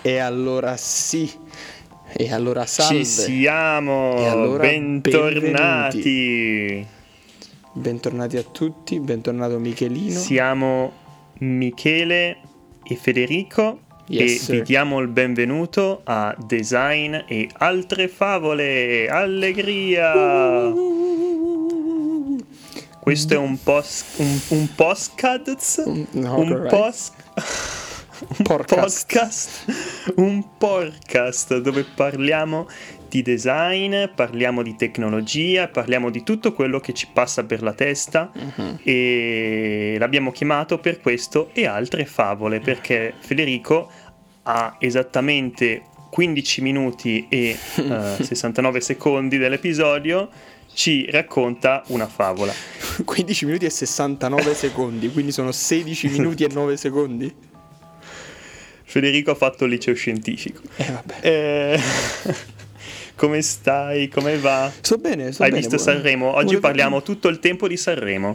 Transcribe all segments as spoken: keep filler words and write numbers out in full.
E allora sì, e allora salve. Ci siamo, E allora bentornati. benvenuti. Bentornati a tutti, bentornato Michelino. Siamo Michele e Federico Yes, e sir. vi diamo il benvenuto a Design e altre favole. Allegria! Questo è un post un, un postcast Un- no, un correct. post un Podcast. podcast un podcast dove parliamo di design, parliamo di tecnologia, parliamo di tutto quello che ci passa per la testa, Mhm. e l'abbiamo chiamato per questo e altre favole perché Federico ha esattamente quindici minuti e eh, sessantanove secondi dell'episodio ci racconta una favola. quindici minuti e sessantanove secondi, quindi sono sedici minuti e nove secondi. Federico ha fatto il liceo scientifico. Eh vabbè. Eh, come stai? Come va? Sto bene, sto Hai bene. visto buono. Sanremo? Oggi Volevo- parliamo tutto il tempo di Sanremo.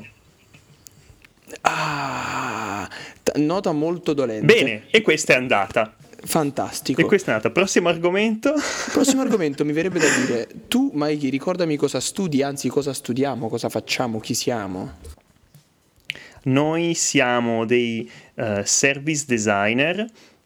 Ah, t- nota molto dolente. Bene, e questa è andata. Fantastico. E questa è andata. Prossimo argomento. Prossimo argomento, mi verrebbe da dire, tu Mikey ricordami cosa studi, anzi cosa studiamo, cosa facciamo, chi siamo. Noi siamo dei eh, service designer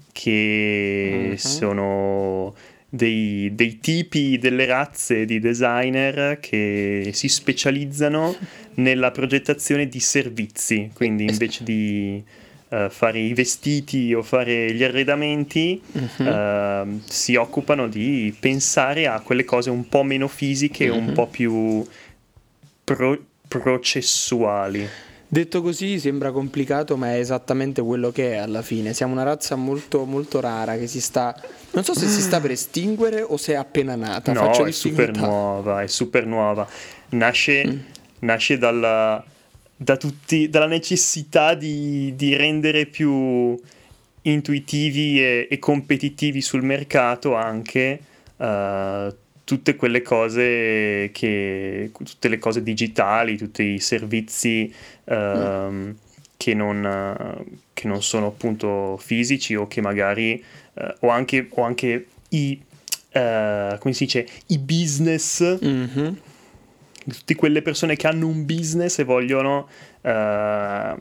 che Mhm. sono dei, dei tipi, delle razze di designer che si specializzano nella progettazione di servizi, quindi invece di eh, fare i vestiti o fare gli arredamenti, Mhm. eh, si occupano di pensare a quelle cose un po' meno fisiche e un Mhm. po' più pro- processuali. Detto così sembra complicato, ma è esattamente quello che è alla fine. Siamo una razza molto molto rara che si sta, non so se si sta per estinguere o se è appena nata. No, Faccio è super difficoltà. nuova, è super nuova. Nasce, Mm. nasce dalla, da tutti, dalla necessità di, di rendere più intuitivi e, e competitivi sul mercato anche eh, tutte quelle cose che, tutte le cose digitali, tutti i servizi ehm, che non, eh, che non sono appunto fisici o che magari eh, o anche, o anche i eh, come si dice, i business, Mhm. tutte quelle persone che hanno un business e vogliono eh,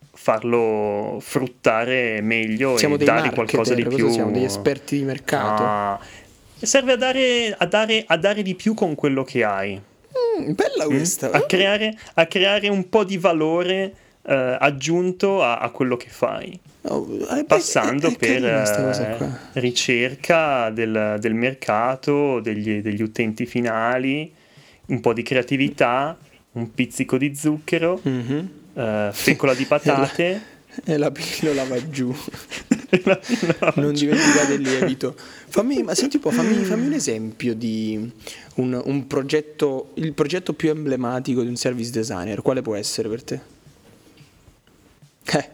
farlo fruttare meglio Siamo e dei dare qualcosa di marketer, più. cosa siamo? Degli esperti di mercato. Ah, serve a dare, a dare, a dare di più con quello che hai. Mm, bella Mm? questa. A creare, a creare un po' di valore eh, aggiunto a, a quello che fai, Oh, eh, beh, passando è, è per carina sta cosa eh, qua. ricerca del, del mercato, degli, degli utenti finali, un po' di creatività, un pizzico di zucchero, Mhm. eh, fecola di patate. E la pillola va giù. No, Non dimenticate il lievito. Fammi, ma senti un po', fammi, fammi un esempio di un, un progetto, il progetto più emblematico di un service designer. Quale può essere per te? Eh.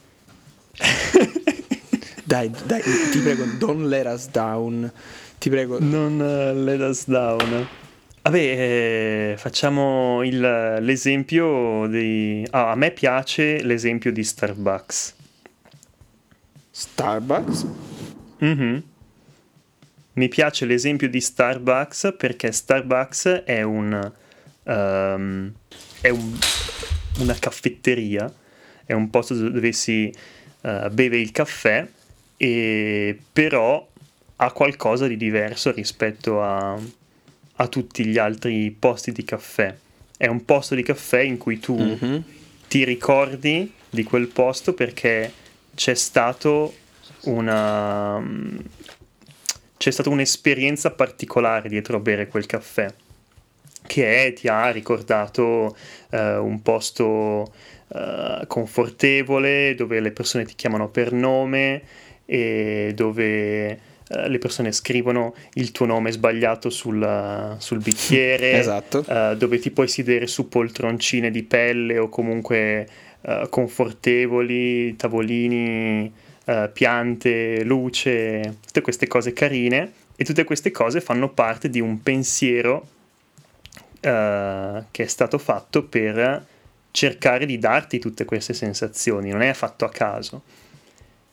Dai, dai, ti prego, don't let us down. Ti prego. Non eh, let us down. Vabbè, eh, facciamo il- l'esempio di... Ah, a me piace l'esempio di Starbucks. Starbucks? Mhm. Mi piace l'esempio di Starbucks perché Starbucks è un, ehm, è un- una caffetteria, è un posto dove si eh, beve il caffè, e però ha qualcosa di diverso rispetto a, a tutti gli altri posti di caffè. È un posto di caffè in cui tu Mhm. ti ricordi di quel posto perché c'è stato una c'è stata un'esperienza particolare dietro a bere quel caffè, che è, ti ha ricordato eh, un posto eh, confortevole dove le persone ti chiamano per nome e dove eh, le persone scrivono il tuo nome sbagliato sul, sul bicchiere, Esatto. eh, dove ti puoi sedere su poltroncine di pelle o comunque eh, confortevoli, tavolini, eh, piante, luce, tutte queste cose carine, e tutte queste cose fanno parte di un pensiero eh, che è stato fatto per cercare di darti tutte queste sensazioni, non è fatto a caso.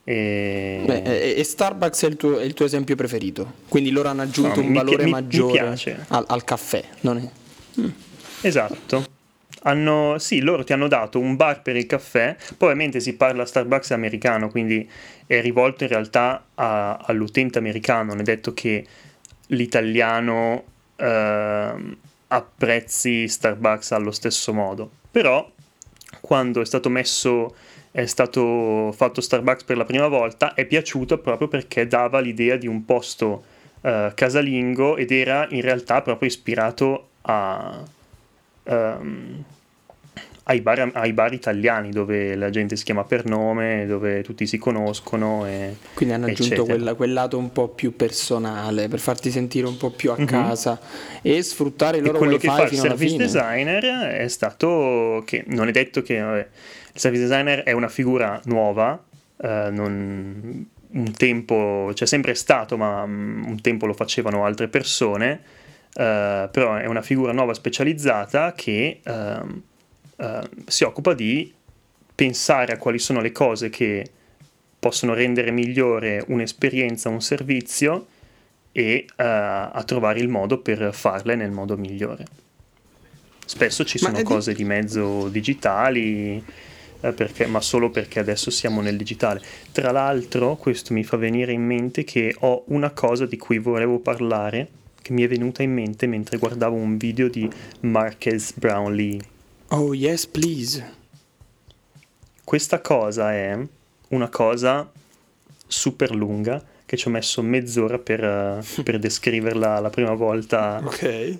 E... Beh, e, e Starbucks è il, tuo, è il tuo esempio preferito, quindi loro hanno aggiunto no, un mi, valore mi, maggiore mi piace. Al, al caffè, non è? Mm. Esatto. Hanno, sì, loro ti hanno dato un bar per il caffè, poi ovviamente si parla Starbucks americano, quindi è rivolto in realtà a, all'utente americano, non è detto che l'italiano eh, apprezzi Starbucks allo stesso modo, però quando è stato messo, è stato fatto Starbucks per la prima volta, è piaciuto proprio perché dava l'idea di un posto eh, casalingo ed era in realtà proprio ispirato a... Um, ai, bar, ai bar italiani dove la gente si chiama per nome, dove tutti si conoscono e, Quindi hanno aggiunto eccetera. quella, quel lato un po' più personale per farti sentire un po' più a Mm-hmm. casa e sfruttare il E loro quello wifi che fa il fino alla service fine. designer è stato che non è detto che vabbè, il service designer è una figura nuova, eh, non, un tempo c'è sempre stato, ma um, un tempo lo facevano altre persone, eh, però è una figura nuova specializzata che eh, eh, si occupa di pensare a quali sono le cose che possono rendere migliore un'esperienza, un servizio e uh, a trovare il modo per farle nel modo migliore. Spesso ci sono Ma cose di... di mezzo digitali, eh, perché, ma solo perché adesso siamo nel digitale. Tra l'altro, questo mi fa venire in mente che ho una cosa di cui volevo parlare, che mi è venuta in mente mentre guardavo un video di Marques Brownlee. Oh yes, please. Questa cosa è una cosa super lunga che ci ho messo mezz'ora per, uh, per descriverla la prima volta. Ok.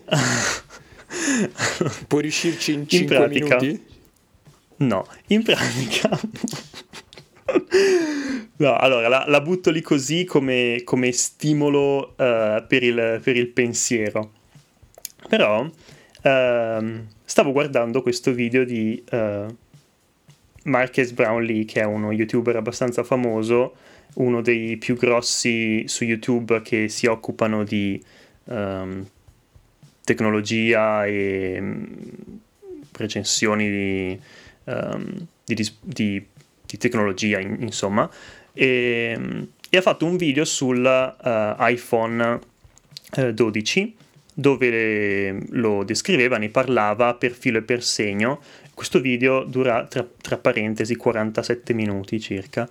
Puoi riuscirci in in cinque pratica, minuti? No, in pratica... no, allora la, la butto lì così come, come stimolo uh, per, il, per il pensiero. Però uh, stavo guardando questo video di uh, Marques Brownlee, che è uno youtuber abbastanza famoso, uno dei più grossi su YouTube che si occupano di um, tecnologia e um, recensioni di, um, di, di, di tecnologia, in, insomma, e, e ha fatto un video sul uh, iPhone uh, dodici dove lo descriveva, ne parlava per filo e per segno. Questo video dura, tra, tra parentesi, quarantasette minuti circa.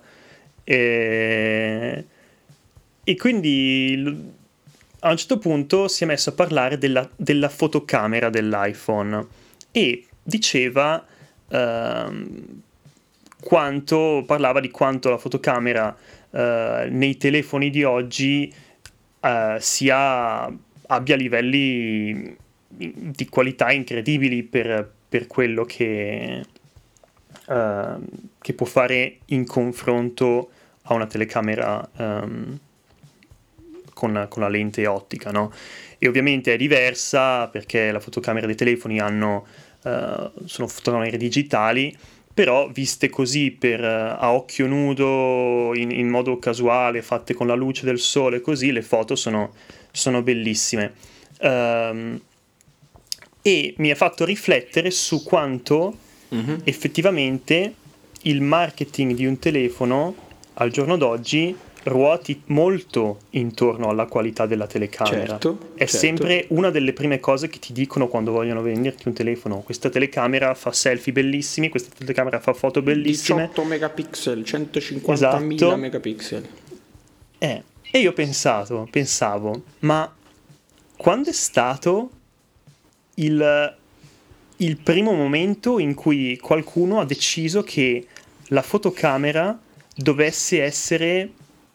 E, e quindi a un certo punto si è messo a parlare della, della fotocamera dell'iPhone e diceva ehm, quanto parlava di quanto la fotocamera eh, nei telefoni di oggi eh, sia, abbia livelli di qualità incredibili per, per quello che Uh, che può fare in confronto a una telecamera um, con, con la lente ottica, no? E ovviamente è diversa perché la fotocamera dei telefoni hanno, uh, sono fotocamere digitali, però viste così per, uh, a occhio nudo, in, in modo casuale, fatte con la luce del sole, così le foto sono, sono bellissime. Um, e mi ha fatto riflettere su quanto Mm-hmm. effettivamente il marketing di un telefono al giorno d'oggi ruoti molto intorno alla qualità della telecamera. Certo, è certo. sempre una delle prime cose che ti dicono quando vogliono venderti un telefono. Questa telecamera fa selfie bellissimi, questa telecamera fa foto bellissime, diciotto megapixel, centocinquantamila esatto. megapixel. Eh, e io pensato, pensavo, ma quando è stato il il primo momento in cui qualcuno ha deciso che la fotocamera dovesse essere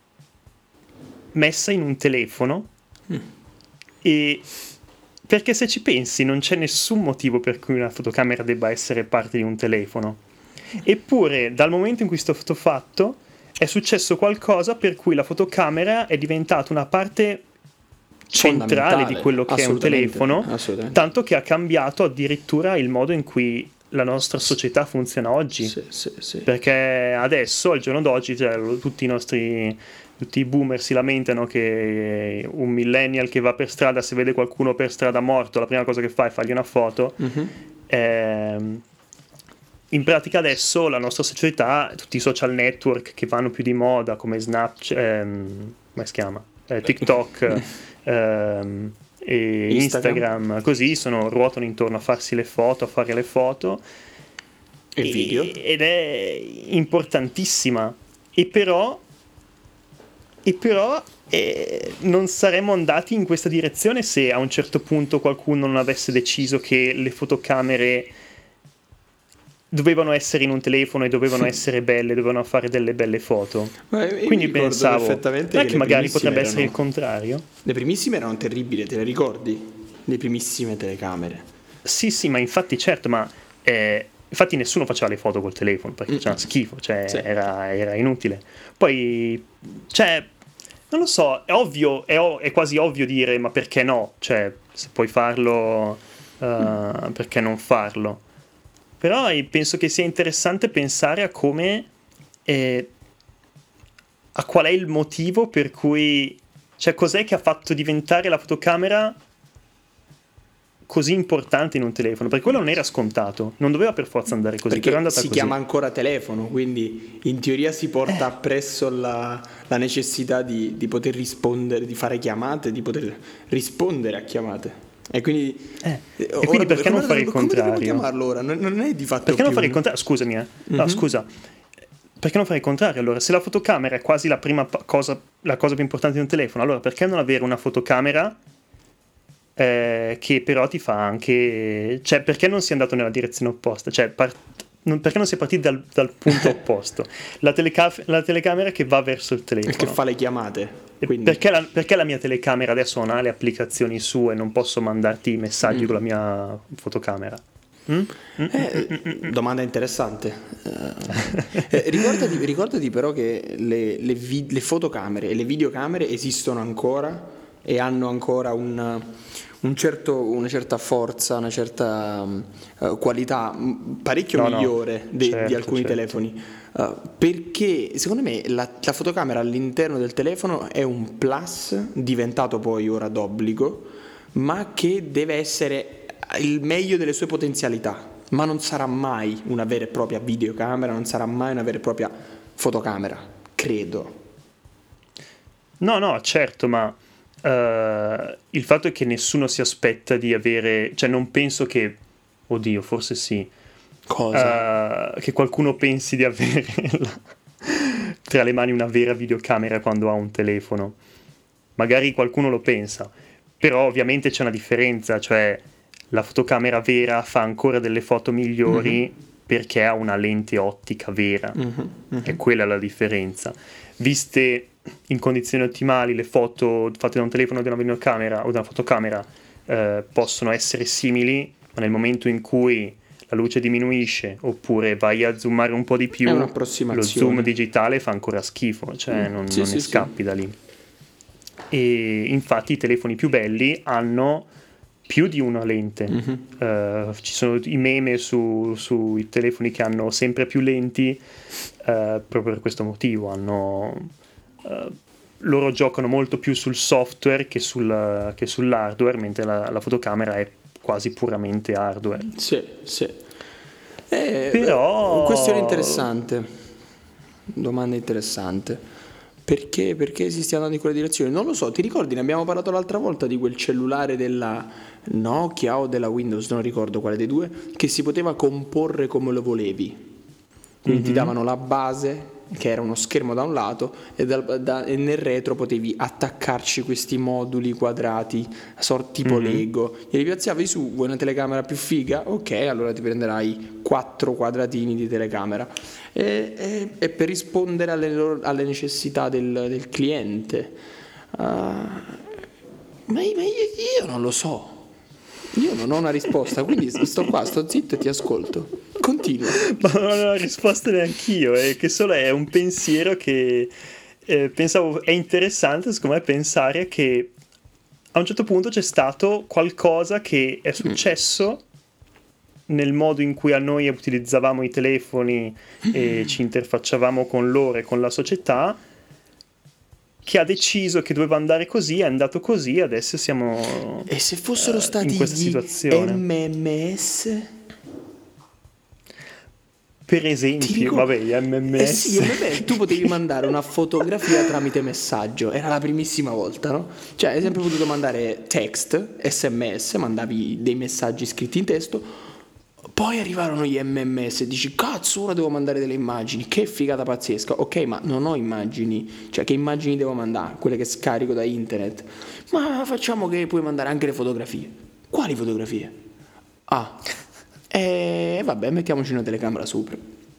messa in un telefono? Mm. E perché se ci pensi non c'è nessun motivo per cui una fotocamera debba essere parte di un telefono. Eppure dal momento in cui è stato fatto è successo qualcosa per cui la fotocamera è diventata una parte centrale di quello che è un telefono, tanto che ha cambiato addirittura il modo in cui la nostra società funziona oggi. Sì, sì, sì. Perché adesso, al giorno d'oggi, cioè, tutti i nostri tutti i boomer si lamentano che un millennial che va per strada, se vede qualcuno per strada morto, la prima cosa che fa è fargli una foto. Mm-hmm. eh, in pratica adesso la nostra società, tutti i social network che vanno più di moda come Snapchat, ehm, come si chiama? Eh, TikTok ehm, e Instagram. Instagram, così sono, ruotano intorno a farsi le foto, a fare le foto e video, ed è importantissima. E però e però eh, non saremmo andati in questa direzione se a un certo punto qualcuno non avesse deciso che le fotocamere dovevano essere in un telefono e dovevano essere belle, dovevano fare delle belle foto. Quindi pensavo perfettamente che, che che magari potrebbe erano, essere il contrario. Le primissime erano terribili, te le ricordi? Le primissime telecamere. Sì, sì, ma infatti certo, ma eh, infatti nessuno faceva le foto col telefono perché mm. faceva schifo, cioè sì. era, era inutile. Poi, cioè, non lo so, è ovvio, è, è quasi ovvio dire ma perché no? Cioè, se puoi farlo, uh, mm. perché non farlo? Però penso che sia interessante pensare a come, eh, a qual è il motivo per cui, cioè cos'è che ha fatto diventare la fotocamera così importante in un telefono, perché quello non era scontato, non doveva per forza andare così, perché però è andata si così. Chiama ancora telefono, quindi in teoria si porta eh. appresso la, la necessità di, di poter rispondere, di fare chiamate, di poter rispondere a chiamate. E quindi, eh. e ora, quindi perché non fare il contrario? Come chiamarlo ora? Non, non è di fatto perché più... non fare il contrario? Scusami, eh. no, mm-hmm. scusa. Perché non fare il contrario? Allora, se la fotocamera è quasi la prima cosa, la cosa più importante di un telefono, allora perché non avere una fotocamera eh, che però ti fa anche... Cioè, perché non si è andato nella direzione opposta? Cioè, part... non, perché non si è partiti dal, dal punto opposto? La, teleca... la telecamera che va verso il telefono. Che fa le chiamate. Quindi... Perché, la, perché la mia telecamera adesso non ha le applicazioni sue, non posso mandarti i messaggi mm. con la mia fotocamera? Mm? Eh, domanda interessante. eh, ricordati, ricordati però che le, le, vi, le fotocamere e le videocamere esistono ancora e hanno ancora un, un certo, una certa forza, una certa uh, qualità parecchio no, migliore no, de, certo, di alcuni certo. telefoni. Uh, perché secondo me la, la fotocamera all'interno del telefono è un plus diventato poi ora d'obbligo, ma che deve essere il meglio delle sue potenzialità, ma non sarà mai una vera e propria videocamera, non sarà mai una vera e propria fotocamera, credo. No, no, certo, ma uh, il fatto è che nessuno si aspetta di avere, cioè non penso che, oddio, forse sì. Cosa? Uh, che qualcuno pensi di avere la, tra le mani una vera videocamera quando ha un telefono. Magari qualcuno lo pensa, però ovviamente c'è una differenza, cioè la fotocamera vera fa ancora delle foto migliori mm-hmm. perché ha una lente ottica vera, mm-hmm. Mm-hmm. e quella è la differenza. Viste in condizioni ottimali, le foto fatte da un telefono o da una videocamera o da una fotocamera eh, possono essere simili, ma nel momento in cui la luce diminuisce oppure vai a zoomare un po' di più, lo zoom digitale fa ancora schifo, cioè mm, non, sì, non sì, ne scappi sì. da lì. E infatti i telefoni più belli hanno più di una lente. Mm-hmm. Uh, ci sono i meme su, sui telefoni che hanno sempre più lenti uh, proprio per questo motivo. Hanno, uh, loro giocano molto più sul software che, sul, che sull'hardware, mentre la, la fotocamera è quasi puramente hardware. Sì, sì. Eh, Però... questione interessante. Domanda interessante. Perché, perché si stia andando in quella direzione? Non lo so, ti ricordi? Ne abbiamo parlato l'altra volta di quel cellulare della Nokia o della Windows, non ricordo quale dei due, che si poteva comporre come lo volevi. Quindi mm-hmm. ti davano la base, che era uno schermo da un lato, e, da, da, e nel retro potevi attaccarci questi moduli quadrati, sorti tipo mm-hmm. Lego. Glieli piazzavi su, vuoi una telecamera più figa? Ok, allora ti prenderai quattro quadratini di telecamera. E, e, e per rispondere alle, loro, alle necessità del, del cliente. Uh, ma, ma io, io non lo so. Io non ho una risposta, quindi sto qua, sto zitto e ti ascolto. Continua. Ma non ho una risposta neanch'io, è che solo è un pensiero che eh, pensavo è interessante, secondo me, pensare che a un certo punto c'è stato qualcosa che è successo mm. nel modo in cui a noi utilizzavamo i telefoni e ci interfacciavamo con loro e con la società, che ha deciso che doveva andare così, è andato così, adesso siamo e se fossero uh, stati in questa gli situazione. M M S? Per esempio, dico, vabbè, gli M M S. Eh sì, vabbè, tu potevi mandare una fotografia tramite messaggio, era la primissima volta, no? Cioè, hai sempre potuto mandare text, sms, mandavi dei messaggi scritti in testo, poi arrivarono gli M M S e dici, cazzo, ora devo mandare delle immagini, che figata pazzesca. Ok, ma non ho immagini, cioè che immagini devo mandare? Quelle che scarico da internet. Ma facciamo che puoi mandare anche le fotografie. Quali fotografie? Ah, e vabbè, mettiamoci una telecamera sopra.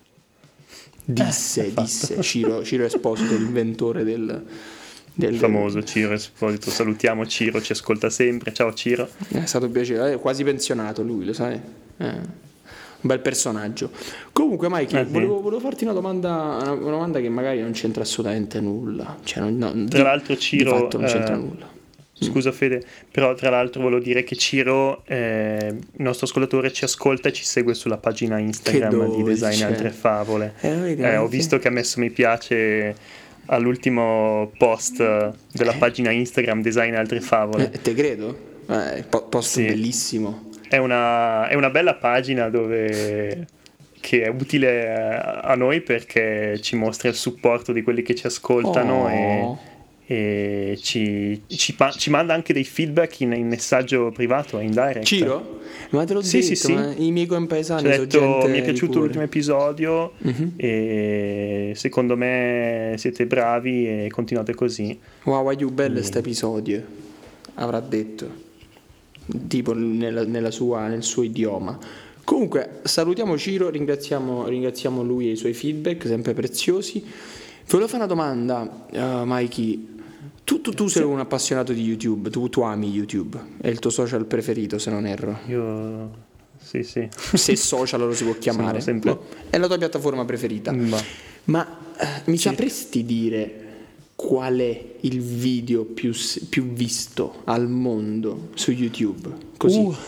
Disse, Eh, disse Ciro, Ciro Esposito, l'inventore del, del Il famoso Ciro Esposito. Salutiamo Ciro, ci ascolta sempre. Ciao Ciro. È stato un piacere, è quasi pensionato lui, lo sai? Eh, un bel personaggio. Comunque, Mike, Eh, sì. volevo, volevo farti una domanda, una, una domanda che magari non c'entra assolutamente nulla. Cioè, non, no, Tra di, l'altro Ciro, di fatto non c'entra eh, nulla. Scusa Fede, però tra l'altro volevo dire che Ciro, eh, il nostro ascoltatore, ci ascolta e ci segue sulla pagina Instagram di Design e Altre Favole. Eh, vedi, Eh, ho anche- visto che ha messo mi piace all'ultimo post della Eh. pagina Instagram Design e Altre Favole. Eh, te credo? Eh, po- post Sì. bellissimo. È una, è una bella pagina dove che è utile a, a noi perché ci mostra il supporto di quelli che ci ascoltano Oh. e e ci, ci, pa- ci manda anche dei feedback in, in messaggio privato, in direct. Ciro? Ma te l'ho Sì, detto, sì, sì. ma i miei compaesani Ci ha sono detto, gente mi è di piaciuto cuore. l'ultimo episodio Mhm. e secondo me siete bravi e continuate così. Wow, voglio bello Mm. questo episodio, avrà detto, tipo nella, nella sua, nel suo idioma. Comunque, salutiamo Ciro, ringraziamo, ringraziamo lui e i suoi feedback, sempre preziosi. Volevo fare una domanda, uh, Mikey. Tu, tu, tu sei un appassionato di YouTube, tu, tu ami YouTube, è il tuo social preferito, se non erro. Io sì, sì. Se social lo si può chiamare. Sono sempre- Boh, è la tua piattaforma preferita. Ma Ma eh, mi sapresti dire qual è il video più, s- più visto al mondo su YouTube? Così, Uh,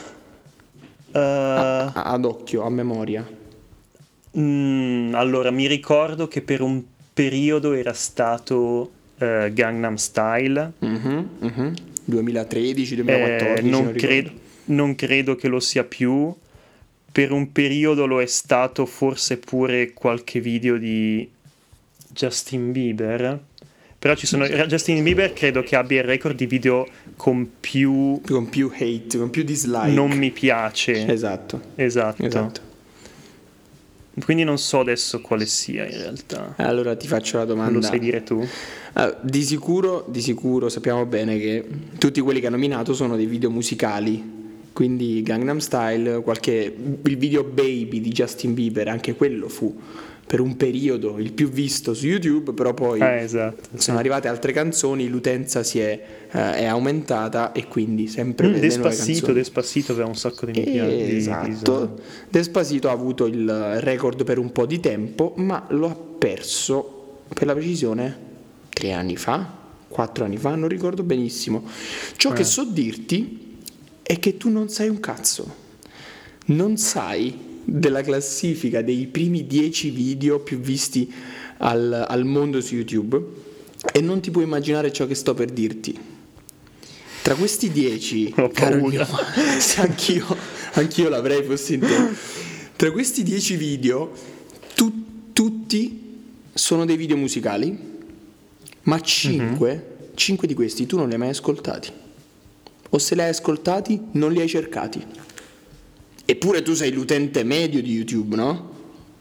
a- eh, ad occhio, a memoria. mm, allora, mi ricordo che per un periodo era stato eh, Gangnam Style. Mhm, mhm. duemilatredici, Eh, duemilaquattordici, non, non cre- ricordo. non credo che lo sia più. Per un periodo lo è stato forse pure qualche video di Justin Bieber. Però ci sono. Justin Bieber credo che abbia il record di video con più Con più hate, con più dislike. non mi piace. Esatto, Esatto. esatto. Quindi non so adesso quale sia in realtà. Allora ti faccio la Non domanda. lo sai dire tu? Ah, di sicuro, di sicuro sappiamo bene che tutti quelli che ha nominato sono dei video musicali, quindi Gangnam Style, qualche, il video Baby di Justin Bieber, anche quello fu per un periodo il più visto su YouTube, però poi Ah, esatto. sono arrivate altre canzoni, l'utenza si è, eh, è aumentata e quindi sempre Mm, per le nuove Despacito, canzoni. Despacito aveva un sacco di mi piace. di- di- Esatto, Despacito ha avuto il record per un po' di tempo, ma lo ha perso, per la precisione, tre anni fa, quattro anni fa, non ricordo benissimo. Ciò che Eh. so dirti è che tu non sai un cazzo, non sai della classifica dei primi dieci video più visti al, al mondo su YouTube e non ti puoi immaginare ciò che sto per dirti. Tra questi dieci, Ho caro paura. mio, se anch'io, anch'io l'avrei fossi in te. Tra questi dieci video, tu- tutti sono dei video musicali, ma cinque, cinque di questi tu non li hai mai ascoltati. O se li hai ascoltati, non li hai cercati. Eppure tu sei l'utente medio di YouTube, no?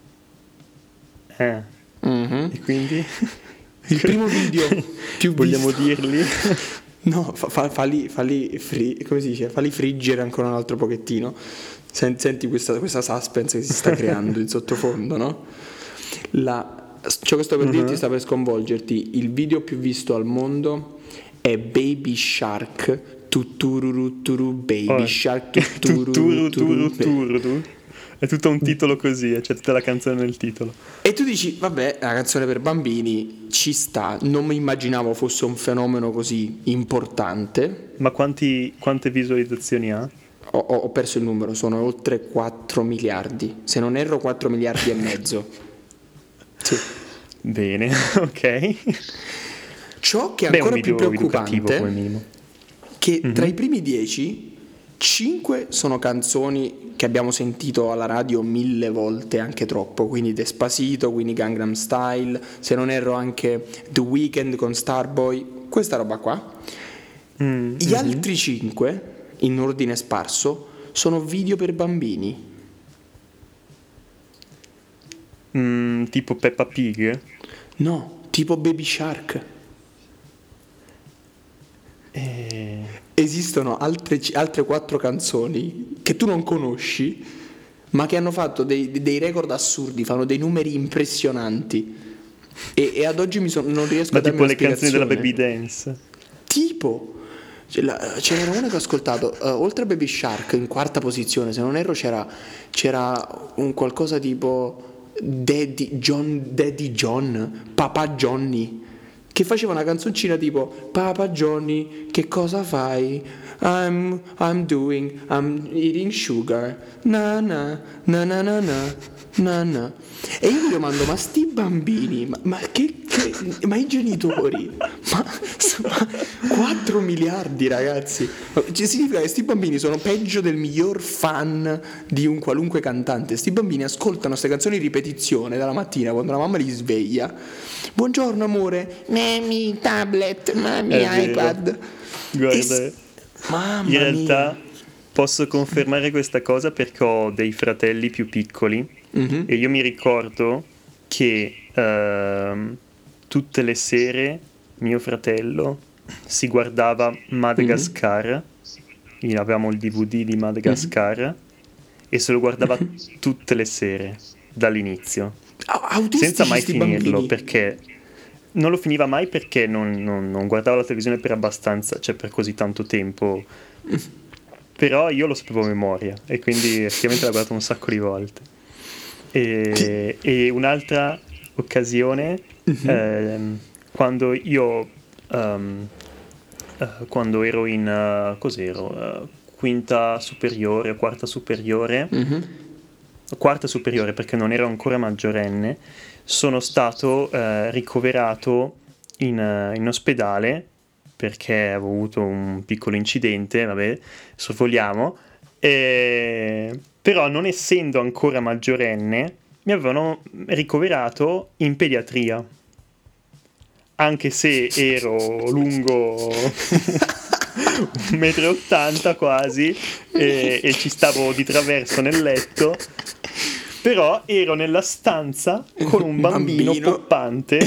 Eh, Mhm. e quindi? Il primo video più Vogliamo visto. dirli? No, fa, fa, falli, falli fri- come si dice? Falli friggere ancora un altro pochettino. Sen- Senti questa, questa suspense che si sta creando in sottofondo, no? La, ciò che sto per dirti sta per sconvolgerti. Il video più visto al mondo è Baby Shark. Tutururuturu, Baby Oh, Shark. Tuturu, turu, Tutururuturu. turu, tu. È tutto un titolo così, eh, c'è tutta la canzone nel titolo. E tu dici, vabbè, la canzone per bambini ci sta. Non mi immaginavo fosse un fenomeno così importante. Ma quanti, quante visualizzazioni ha? Ho, ho- ho perso il numero, sono oltre quattro miliardi. Se non erro, quattro miliardi e mezzo. Sì. Bene, ok. Ciò che è Beh, è un ancora più video educativo preoccupante come minimo. che tra i primi dieci cinque sono canzoni che abbiamo sentito alla radio mille volte, anche troppo, quindi Despacito, quindi Gangnam Style, se non erro anche The Weeknd con Starboy, questa roba qua. Mm, Gli mhm. altri cinque, in ordine sparso, sono video per bambini. Mm, tipo Peppa Pig. No, tipo Baby Shark. E... Esistono altre, c- altre quattro canzoni che tu non conosci, ma che hanno fatto dei, dei record assurdi, fanno dei numeri impressionanti. E, e ad oggi mi son- non riesco Ma a darmi tipo una le canzoni della spiegazione. Baby Dance. Tipo, ce, la- ce n'era una che ho ascoltato, eh, oltre a Baby Shark, in quarta posizione, se non erro, c'era, c'era un qualcosa tipo Daddy John, Daddy John, Papa Johnny, che faceva una canzoncina tipo Papa Johnny, che cosa fai? I'm, I'm doing, I'm eating sugar, na na, na na na na, na na. E io mi domando, ma sti bambini, ma, ma che, che- ma i genitori, ma, ma quattro miliardi ragazzi, cioè, significa che sti bambini sono peggio del miglior fan di un qualunque cantante. Sti bambini ascoltano queste canzoni in ripetizione dalla mattina quando la mamma li sveglia. Buongiorno amore, mami tablet, mami È vero. iPad. Guarda, E s- mamma in realtà mia. posso confermare questa cosa perché ho dei fratelli più piccoli Mhm. e io mi ricordo che ehm, tutte le sere mio fratello si guardava Madagascar, avevamo il D V D di Madagascar e se lo guardava tutte le sere dall'inizio, A- autistici senza mai sti finirlo, bambini. perché non lo finiva mai perché non, non- non guardava la televisione per abbastanza, cioè per così tanto tempo. Però io lo sapevo a memoria e quindi effettivamente l'ho guardato un sacco di volte. E, e un'altra occasione, ehm, quando io ehm, eh, quando ero in eh, cos'ero? Eh, quinta superiore, quarta superiore, Mhm. quarta superiore perché non ero ancora maggiorenne, sono stato eh, ricoverato in, eh, in ospedale perché avevo avuto un piccolo incidente, vabbè, sorvoliamo, e... però non essendo ancora maggiorenne mi avevano ricoverato in pediatria, anche se ero lungo un metro e ottanta quasi e, e ci stavo di traverso nel letto, però ero nella stanza con un bambino, Bambino. poppante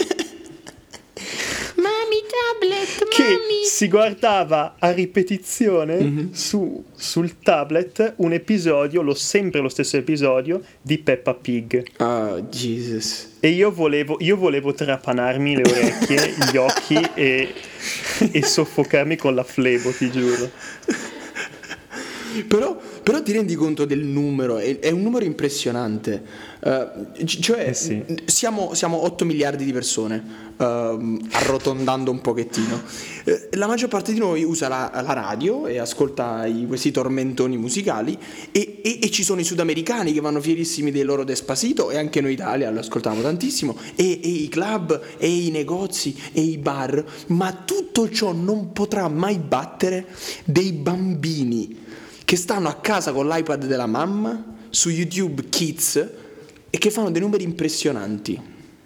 Mami tablet, che mami. si guardava a ripetizione su, sul tablet un episodio, lo, sempre lo stesso episodio di Peppa Pig. Oh, Jesus. E io volevo, io volevo trapanarmi le orecchie, gli occhi e, e soffocarmi con la flebo, ti giuro. Però, però ti rendi conto del numero, è, è un numero impressionante. Eh, c- cioè, Eh sì. siamo, siamo otto miliardi di persone, ehm, arrotondando un pochettino. Eh, la maggior parte di noi usa la, la radio e ascolta i- questi tormentoni musicali e, e- e ci sono i sudamericani che vanno fierissimi dei loro Despacito e anche noi in Italia lo ascoltiamo tantissimo e, e i club e i negozi e i bar, ma tutto ciò non potrà mai battere dei bambini che stanno a casa con l'iPad della mamma su YouTube Kids e che fanno dei numeri impressionanti.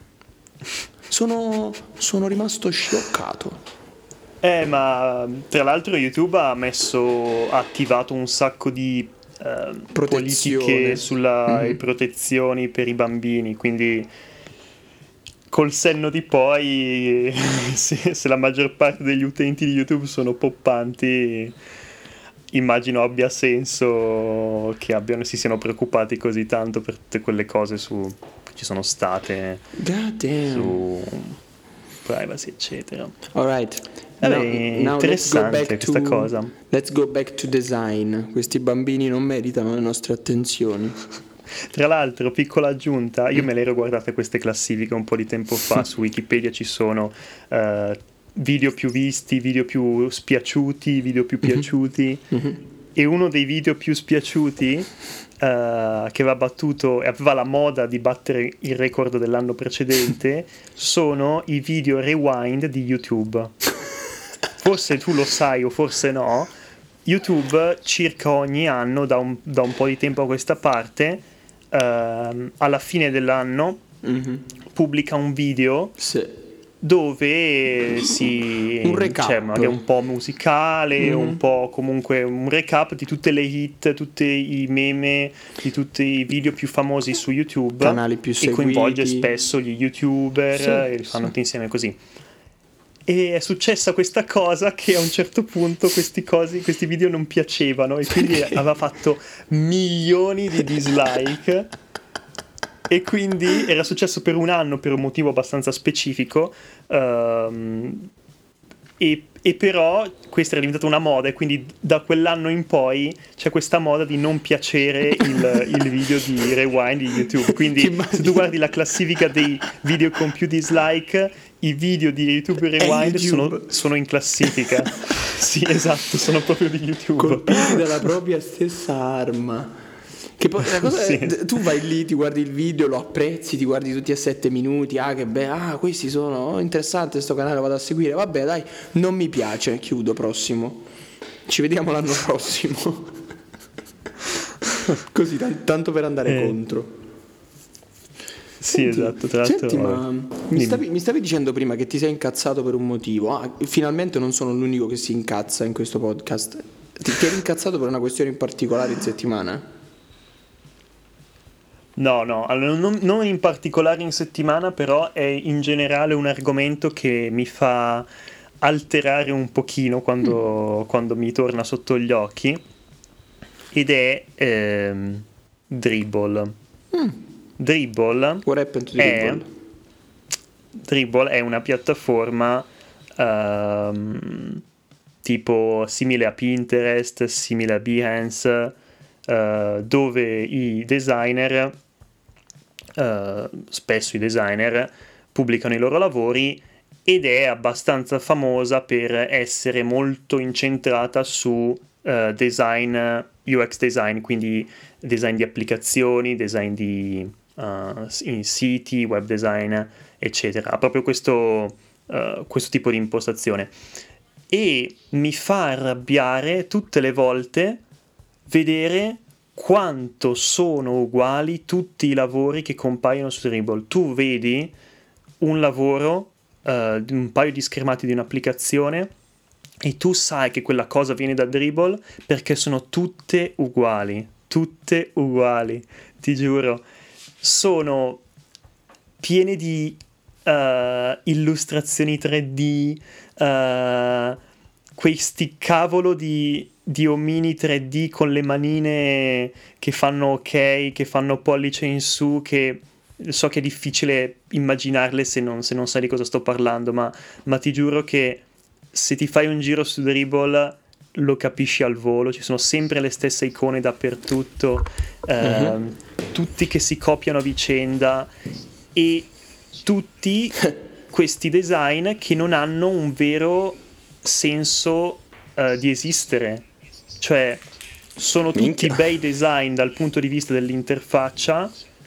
Sono, sono rimasto scioccato. Eh, ma tra l'altro YouTube ha messo, ha attivato un sacco di eh, Protezione. politiche sulle Mhm. protezioni per i bambini, quindi col senno di poi, se, se la maggior parte degli utenti di YouTube sono poppanti, immagino abbia senso che abbiano, si siano preoccupati così tanto per tutte quelle cose su, che ci sono state God damn. su privacy, eccetera. Alright. Vabbè, Now- now let's go interessante back questa to- cosa. Let's go back to design. Questi bambini non meritano le nostre attenzioni. Tra l'altro, piccola aggiunta, io me le ero guardate queste classifiche un po' di tempo fa, su Wikipedia ci sono eh, video più visti, video più spiaciuti, video più piaciuti, e uno dei video più spiaciuti eh, che aveva battuto e aveva la moda di battere il record dell'anno precedente sono i video rewind di YouTube. Forse tu lo sai o forse no, YouTube circa ogni anno, da un, da un po' di tempo a questa parte, ehm, alla fine dell'anno mm-hmm. pubblica un video sì. dove si un recap, cioè, magari un po' musicale, mm-hmm. un po' comunque un recap di tutte le hit, tutti i meme, di tutti i video più famosi su YouTube, canali più seguiti, e coinvolge spesso gli YouTuber, sì, e li fanno sì. tutti insieme così. E è successa questa cosa che a un certo punto questi, cosi, questi video non piacevano e quindi aveva fatto milioni di dislike, e quindi era successo per un anno per un motivo abbastanza specifico, um, e, e però questa era diventata una moda, e quindi da quell'anno in poi c'è questa moda di non piacere il, il video di Rewind di YouTube. Quindi se tu guardi la classifica dei video con più dislike, i video di YouTube Rewind sono, sono in classifica. Sì, esatto, sono proprio di YouTube. Colpiti dalla propria stessa arma. Che poi la cosa sì. è, tu vai lì, ti guardi il video, lo apprezzi, ti guardi tutti a sette minuti, ah che bello, ah questi sono, oh, interessante sto canale, vado a seguire, vabbè dai, non mi piace, chiudo, prossimo. Ci vediamo l'anno prossimo. Così, t- tanto per andare eh. contro. Sì, senti, esatto, tra l'altro. Senti, ma mi stavi, mi stavi dicendo prima che ti sei incazzato per un motivo. Ah, finalmente non sono l'unico che si incazza in questo podcast. Ti, ti eri incazzato per una questione in particolare in settimana? No, no, allora, non, non in particolare in settimana, però è in generale un argomento che mi fa alterare un pochino quando, mm. quando mi torna sotto gli occhi, ed è ehm, Dribbble. Mm. Dribbble What happened to Dribbble? È, Dribbble è una piattaforma um, tipo simile a Pinterest, simile a Behance, uh, dove i designer, uh, spesso i designer, pubblicano i loro lavori, ed è abbastanza famosa per essere molto incentrata su uh, design, U X design, quindi design di applicazioni, design di Uh, in siti, web design, eccetera. Ha proprio questo, uh, questo tipo di impostazione, e mi fa arrabbiare tutte le volte vedere quanto sono uguali tutti i lavori che compaiono su Dribbble. Tu vedi un lavoro, uh, un paio di schermati di un'applicazione, e tu sai che quella cosa viene da Dribbble perché sono tutte uguali, tutte uguali, ti giuro. Sono piene di uh, illustrazioni tre D, uh, questi cavolo di, di omini tre D con le manine che fanno ok, che fanno pollice in su, che so che è difficile immaginarle se non, se non sai di cosa sto parlando, ma, ma ti giuro che se ti fai un giro su Dribbble lo capisci al volo. Ci sono sempre le stesse icone dappertutto, eh, uh-huh. tutti che si copiano a vicenda, e tutti questi design che non hanno un vero senso uh, di esistere. Cioè sono tutti Minchia. bei design dal punto di vista dell'interfaccia,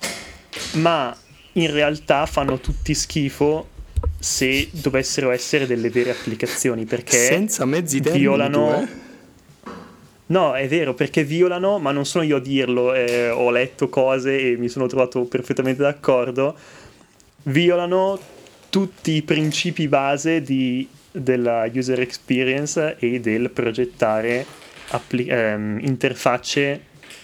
ma in realtà fanno tutti schifo se dovessero essere delle vere applicazioni, perché senza mezzi termini violano tu, eh? No, è vero, perché violano, ma non sono io a dirlo, eh, ho letto cose e mi sono trovato perfettamente d'accordo, violano tutti i principi base di, della user experience e del progettare appli- ehm, interfacce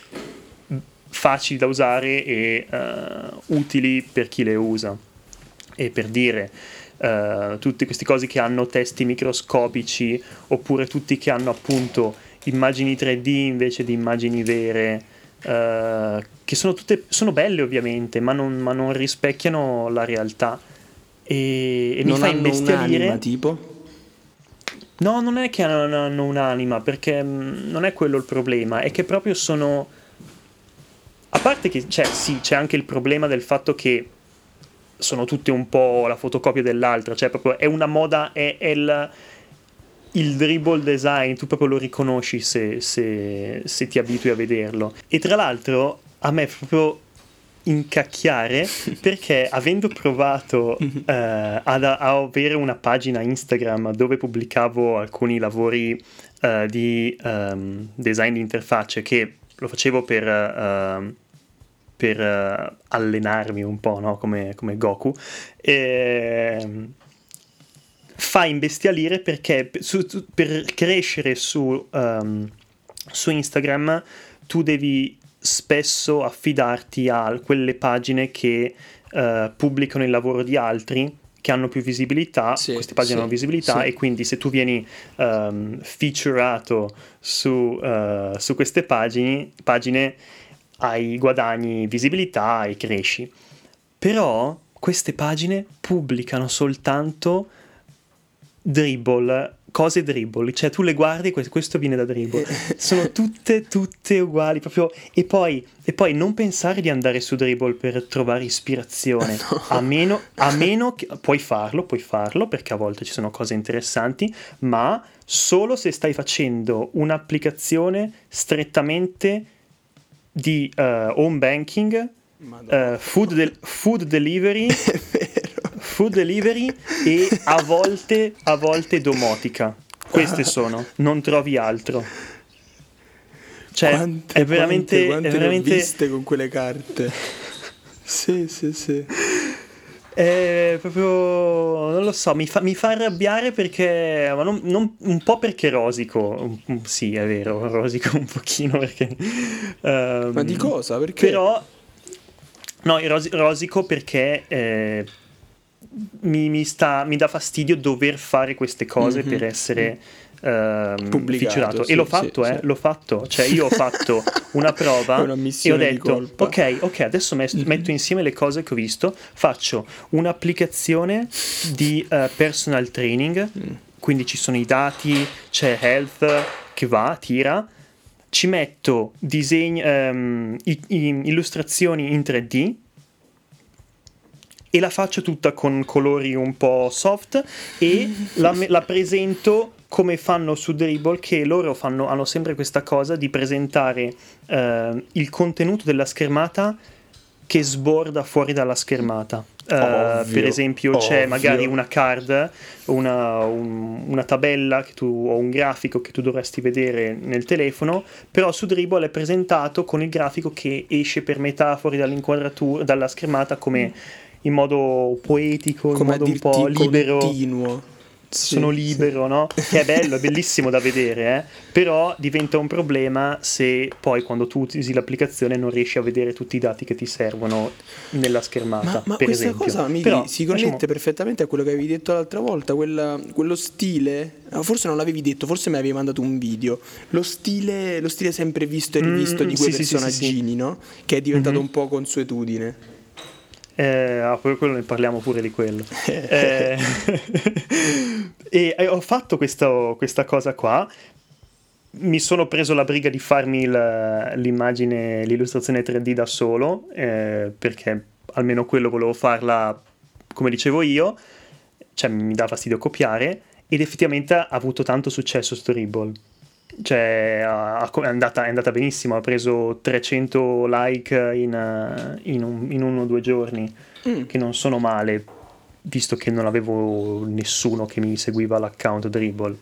facili da usare e uh, utili per chi le usa. E per dire, uh, tutti questi cosi che hanno testi microscopici, oppure tutti che hanno appunto immagini tre D invece di immagini vere, uh, che sono tutte sono belle ovviamente, ma non, ma non rispecchiano la realtà, e, e mi fa imbestialire. Un'anima, tipo? No, non è che hanno, hanno un'anima, perché mh, non è quello il problema, è che proprio sono, a parte che c'è, sì, c'è anche il problema del fatto che sono tutte un po' la fotocopia dell'altra, cioè proprio è una moda, è, è il, il Dribbble design, tu proprio lo riconosci se, se, se ti abitui a vederlo. E tra l'altro a me proprio incacchiare perché avendo provato eh, ad, a avere una pagina Instagram dove pubblicavo alcuni lavori eh, di um, design di interfacce, che lo facevo per, uh, per uh, allenarmi un po', no? come, come Goku, e fa imbestialire perché su, per crescere su, um, su Instagram tu devi spesso affidarti a quelle pagine che uh, pubblicano il lavoro di altri, che hanno più visibilità, sì, queste pagine sì, hanno visibilità, sì. E quindi se tu vieni um, featurato su, uh, su queste pagine, pagine hai guadagni visibilità e cresci. Però queste pagine pubblicano soltanto Dribbble, cose Dribbble, cioè tu le guardi, questo viene da Dribbble, sono tutte tutte uguali proprio. E poi, e poi non pensare di andare su Dribbble per trovare ispirazione, no. a meno a meno che puoi farlo puoi farlo perché a volte ci sono cose interessanti, ma solo se stai facendo un'applicazione strettamente di uh, home banking, uh, food, de- food delivery food delivery e a volte a volte domotica. Queste sono, non trovi altro. Cioè quante, è veramente quante, quante è veramente le ho viste con quelle carte. Sì, sì, sì. È proprio, non lo so, mi fa, mi fa arrabbiare perché, ma non, non, un po' perché rosico, sì è vero, rosico un pochino perché um, ma di cosa? Perché? Però no, ros- rosico perché eh, mi, mi, sta, mi dà fastidio dover fare queste cose mm-hmm. per essere uh, featurato, sì, e l'ho fatto, sì, eh, sì. l'ho fatto, cioè io ho fatto una prova una e ho detto ok, ok, adesso met- mm-hmm. metto insieme le cose che ho visto, faccio un'applicazione di uh, personal training, mm. quindi ci sono i dati, c'è health che va, tira, ci metto disegni, um, i- i- illustrazioni in tre D e la faccio tutta con colori un po' soft e la, la presento come fanno su Dribbble, che loro fanno, hanno sempre questa cosa di presentare uh, il contenuto della schermata che sborda fuori dalla schermata. Uh, ovvio, per esempio ovvio. C'è magari una card, una, un, una tabella che tu, o un grafico che tu dovresti vedere nel telefono, però su Dribbble è presentato con il grafico che esce per metà fuori dall'inquadratura, dalla schermata, come in modo poetico, come in modo un po' libero. Continuo. Sono sì, libero, sì. no? Che è bello, è bellissimo da vedere, eh? Però diventa un problema se poi quando tu usi l'applicazione non riesci a vedere tutti i dati che ti servono nella schermata, ma, ma per questa esempio. cosa, amici, però, si connette lasciamo... perfettamente a quello che avevi detto l'altra volta, quella, quello stile, forse non l'avevi detto, forse mi avevi mandato un video, lo stile, lo stile sempre visto e rivisto mm, di quei sì, personaggini, sì, sì, sì. no? Che è diventato mm-hmm. un po' consuetudine. Eh, ah, poi quello ne parliamo pure di quello. eh, e eh, ho fatto questo, questa cosa qua. Mi sono preso la briga di farmi la, l'immagine, l'illustrazione tre D da solo, eh, perché almeno quello volevo farla come dicevo io, cioè mi dà fastidio copiare, ed effettivamente ha avuto tanto successo sto Dribbble. Cioè è andata, è andata benissimo, ha preso trecento like in, in, un, in uno o due giorni, mm. che non sono male, visto che non avevo nessuno che mi seguiva l'account Dribbble.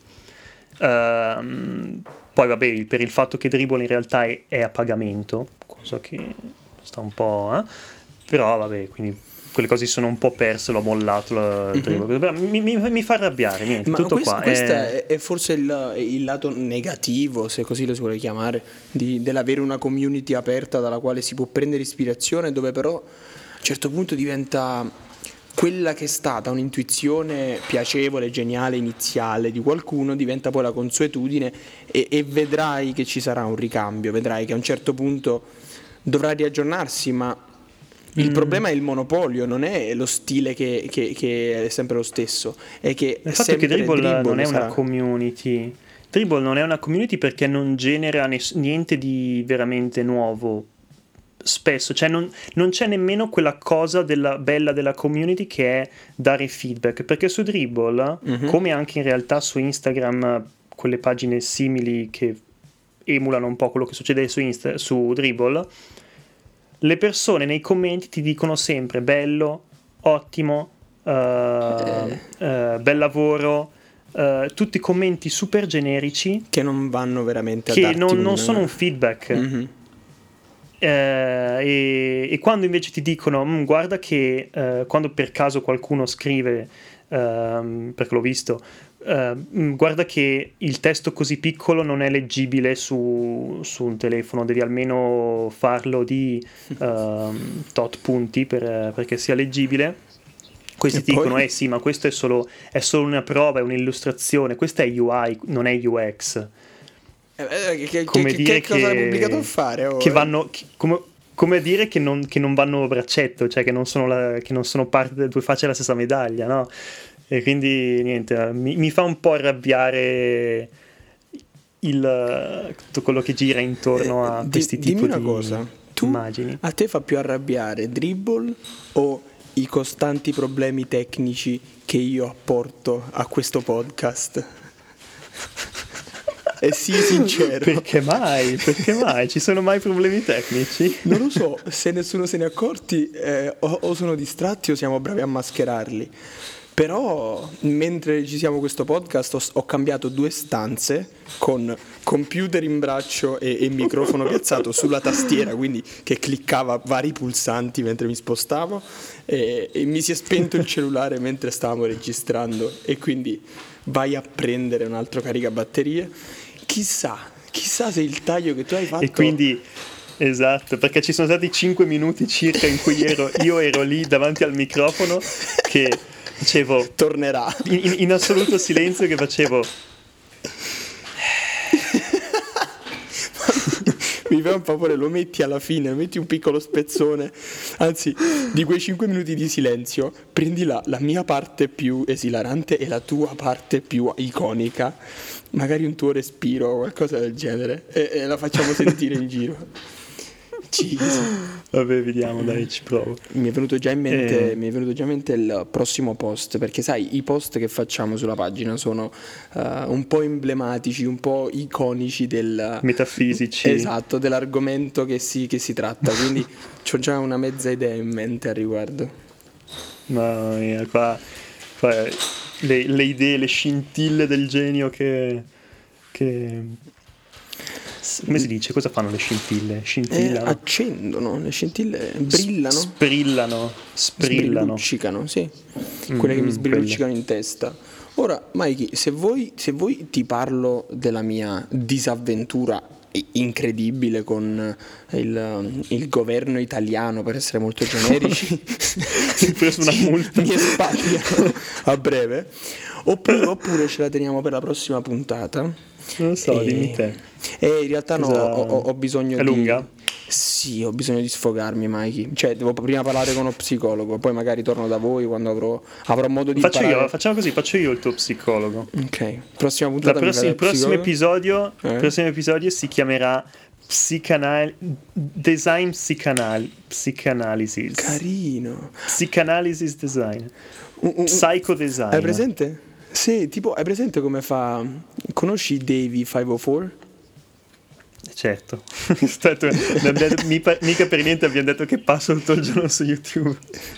Uh, poi vabbè, per il fatto che Dribbble in realtà è, è a pagamento, cosa che sta un po', eh? Però vabbè, quindi quelle cose sono un po' perse, l'ho mollato la mm-hmm. mi, mi, mi fa arrabbiare, niente, ma tutto questo, qua questo è... è forse il, il lato negativo, se così lo si vuole chiamare, di, dell'avere una community aperta dalla quale si può prendere ispirazione, dove però a un certo punto diventa quella che è stata un'intuizione piacevole, geniale, iniziale di qualcuno, diventa poi la consuetudine, e, e vedrai che ci sarà un ricambio, vedrai che a un certo punto dovrà riaggiornarsi, ma il mm. problema è il monopolio, non è lo stile che, che, che è sempre lo stesso, è che il fatto è che Dribbble, Dribbble non è sarà... una community. Dribbble non è una community perché non genera ness- niente di veramente nuovo spesso, cioè non, non c'è nemmeno quella cosa della bella della community che è dare feedback, perché su Dribbble, mm-hmm. come anche in realtà su Instagram, quelle pagine simili che emulano un po' quello che succede su, Insta- su Dribbble, le persone nei commenti ti dicono sempre bello, ottimo, uh, eh. uh, bel lavoro, uh, tutti commenti super generici che non vanno veramente a che darti non, un... non sono un feedback. Mm-hmm. Uh, e, e quando invece ti dicono guarda che uh, quando per caso qualcuno scrive uh, perché l'ho visto uh, guarda che il testo così piccolo non è leggibile su, su un telefono, devi almeno farlo di uh, tot punti per, perché sia leggibile. Questi e ti poi? dicono eh sì, ma questo è solo, è solo una prova, è un'illustrazione, questa è U I, non è U X. Eh, che, come che, dire che cosa hai pubblicato a fare? Oh, che vanno che, come, come dire che non, che non vanno a braccetto, cioè che non sono, la, che non sono parte delle due facce della stessa medaglia, no? E quindi niente, mi, mi fa un po' arrabbiare il, tutto quello che gira intorno a eh, questi di, tipi dimmi una di cosa. Tu, immagini. A te fa più arrabbiare Dribbble o i costanti problemi tecnici che io apporto a questo podcast? E sii sincero. Perché mai? Perché mai? Ci sono mai problemi tecnici? Non lo so, se nessuno se ne è accorti eh, o, o sono distratti o siamo bravi a mascherarli. Però mentre ci siamo questo podcast ho, ho cambiato due stanze con computer in braccio e, e microfono piazzato sulla tastiera, quindi che cliccava vari pulsanti mentre mi spostavo e, e mi si è spento il cellulare mentre stavamo registrando e quindi vai a prendere un altro caricabatterie. Chissà, chissà se il taglio che tu hai fatto... E quindi, esatto, perché ci sono stati cinque minuti circa in cui ero, io ero lì davanti al microfono che facevo... Tornerà. In, in assoluto silenzio che facevo... Mi fa un favore, lo metti alla fine, metti un piccolo spezzone, anzi di quei cinque minuti di silenzio prendi la, la mia parte più esilarante e la tua parte più iconica, magari un tuo respiro o qualcosa del genere e, e la facciamo sentire in giro. Jesus. Vabbè, vediamo, dai, ci provo. Mi è venuto già in mente, eh. mi è venuto già in mente il prossimo post, perché sai, i post che facciamo sulla pagina sono uh, un po' emblematici, un po' iconici del... metafisici. Esatto, dell'argomento che si, che si tratta, quindi ho già una mezza idea in mente al riguardo. Mamma mia, qua, qua le, le idee, le scintille del genio che... che... come si dice? Cosa fanno le scintille? Scintillano? Eh, accendono, le scintille brillano. Sprillano. Sprillano. Sbrilluccicano, sì. Mm, Quelle che mi mm, sbrilluccicano quelle. in testa. Ora, Mikey, se vuoi, se vuoi ti parlo della mia disavventura incredibile con il, il governo italiano, per essere molto generici. Hai preso una multa. Mi spagliano a breve. Oppure, oppure ce la teniamo per la prossima puntata. Non lo so, e, dimmi te. E in realtà Cosa... no, ho, ho bisogno È di... lunga? Sì, ho bisogno di sfogarmi, Mikey. Cioè, devo prima parlare con uno psicologo, poi magari torno da voi quando avrò, avrò modo di faccio imparare. io, facciamo così, faccio io il tuo psicologo. Ok, prossima puntata. La pross- il prossimo episodio, eh? il prossimo episodio si chiamerà Psicanal- Design Psicanal- Psychanalysis. Carino. Psychanalysis Design. Un, un, Psycho Design. Hai presente? Sì, tipo, hai presente come fa... Conosci Davey cinquecentoquattro? Certo. Stato, detto, mica, mica per niente abbiamo detto che passo tutto il giorno su YouTube.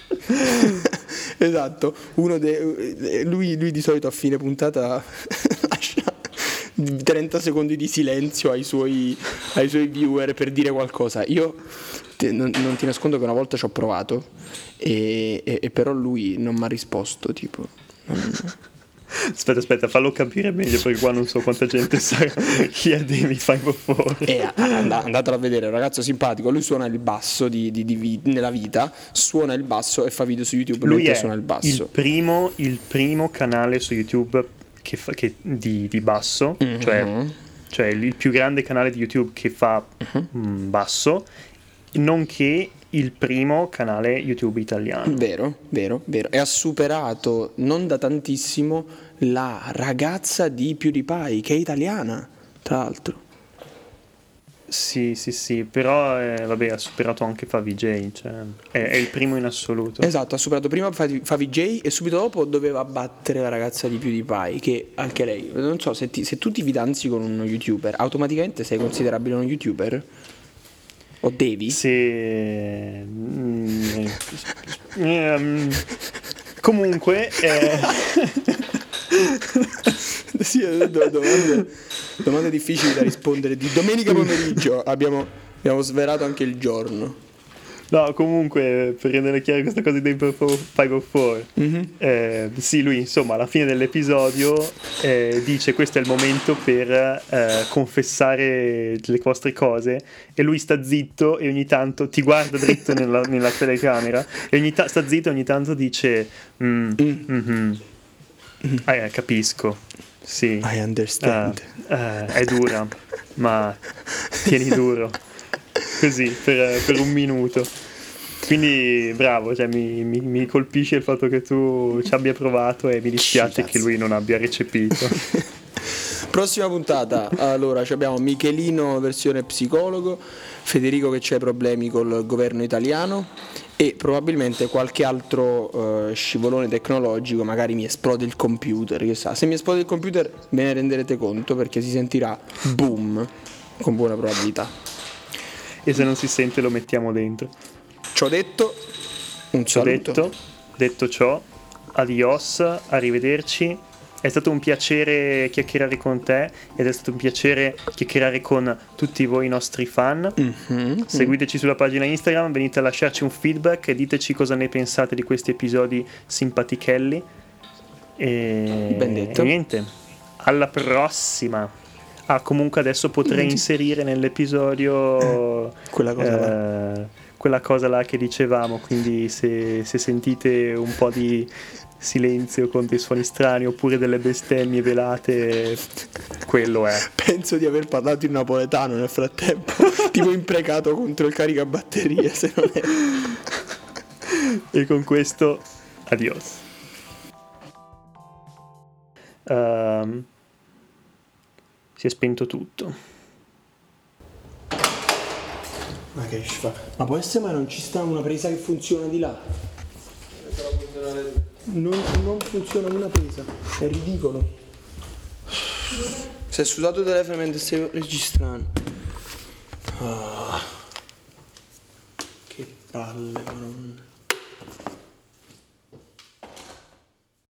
Esatto. Uno de, lui, lui di solito a fine puntata lascia trenta secondi di silenzio ai suoi, ai suoi viewer per dire qualcosa. Io te, non, non ti nascondo che una volta ci ho provato e, e, e però lui non mi ha risposto, tipo... Non... Aspetta, aspetta, fallo capire meglio perché qua non so quanta gente sa chi è Davey cinquecentoquattro. Eh, andatelo a vedere, è un ragazzo simpatico. Lui suona il basso di, di, di, nella vita, suona il basso e fa video su YouTube. Lui è suona il basso. Il primo, il primo canale su YouTube che fa, che, di, di basso, mm-hmm. cioè, cioè il più grande canale di YouTube che fa mm-hmm. mh, basso, nonché il primo canale YouTube italiano. Vero, vero, vero. E ha superato, non da tantissimo, la ragazza di PewDiePie, che è italiana, tra l'altro. Sì, sì, sì, però eh, vabbè, ha superato anche Favij, cioè è, è il primo in assoluto. Esatto, ha superato prima Favij e subito dopo doveva battere la ragazza di PewDiePie, che anche lei, non so, se, ti, se tu ti fidanzi con uno YouTuber, automaticamente sei considerabile uno YouTuber? O devi? Se... mm, ehm, comunque... Eh... Sì, do- domande, domande difficili da rispondere. Di domenica pomeriggio abbiamo, abbiamo svelato anche il giorno. No, comunque, per rendere chiaro questa cosa di cinquecentoquaranta, Mm-hmm. eh, sì, lui insomma alla fine dell'episodio eh, dice questo è il momento per eh, confessare le vostre cose, e lui sta zitto e ogni tanto ti guarda dritto nella, nella telecamera e ogni ta- sta zitto e ogni tanto dice mm, Mm. mhm. Ah, eh, capisco, sì, I understand. Eh, eh, è dura, ma tieni duro, così per, per un minuto. Quindi bravo, cioè, mi, mi, mi colpisce il fatto che tu ci abbia provato e mi dispiace che lui non abbia recepito. Prossima puntata, allora ci abbiamo Michelino versione psicologo, Federico che c'ha i problemi col governo italiano e probabilmente qualche altro uh, scivolone tecnologico, magari mi esplode il computer, che sa, se mi esplode il computer ve ne renderete conto perché si sentirà boom con buona probabilità. E se non si sente lo mettiamo dentro. Ciò detto, un saluto. Detto, detto ciò, adios, arrivederci. È stato un piacere chiacchierare con te ed è stato un piacere chiacchierare con tutti voi nostri fan. Mm-hmm. Seguiteci sulla pagina Instagram, venite a lasciarci un feedback e diteci cosa ne pensate di questi episodi simpatichelli. E, Ben detto. e niente, alla prossima. Ah, comunque adesso potrei inserire nell'episodio eh, quella cosa eh, là. quella cosa là che dicevamo, quindi se, se sentite un po' di silenzio con dei suoni strani oppure delle bestemmie velate, quello è. Penso di aver parlato in napoletano nel frattempo, tipo imprecato contro il caricabatterie, se non è. E con questo adios. Um, si è spento tutto. Ma che fa? Ma può essere, ma non ci sta una presa che funziona di là? Non, non funziona una presa, è ridicolo. Si è sudato il telefono mentre stai registrando. Oh. Che palle, madonna.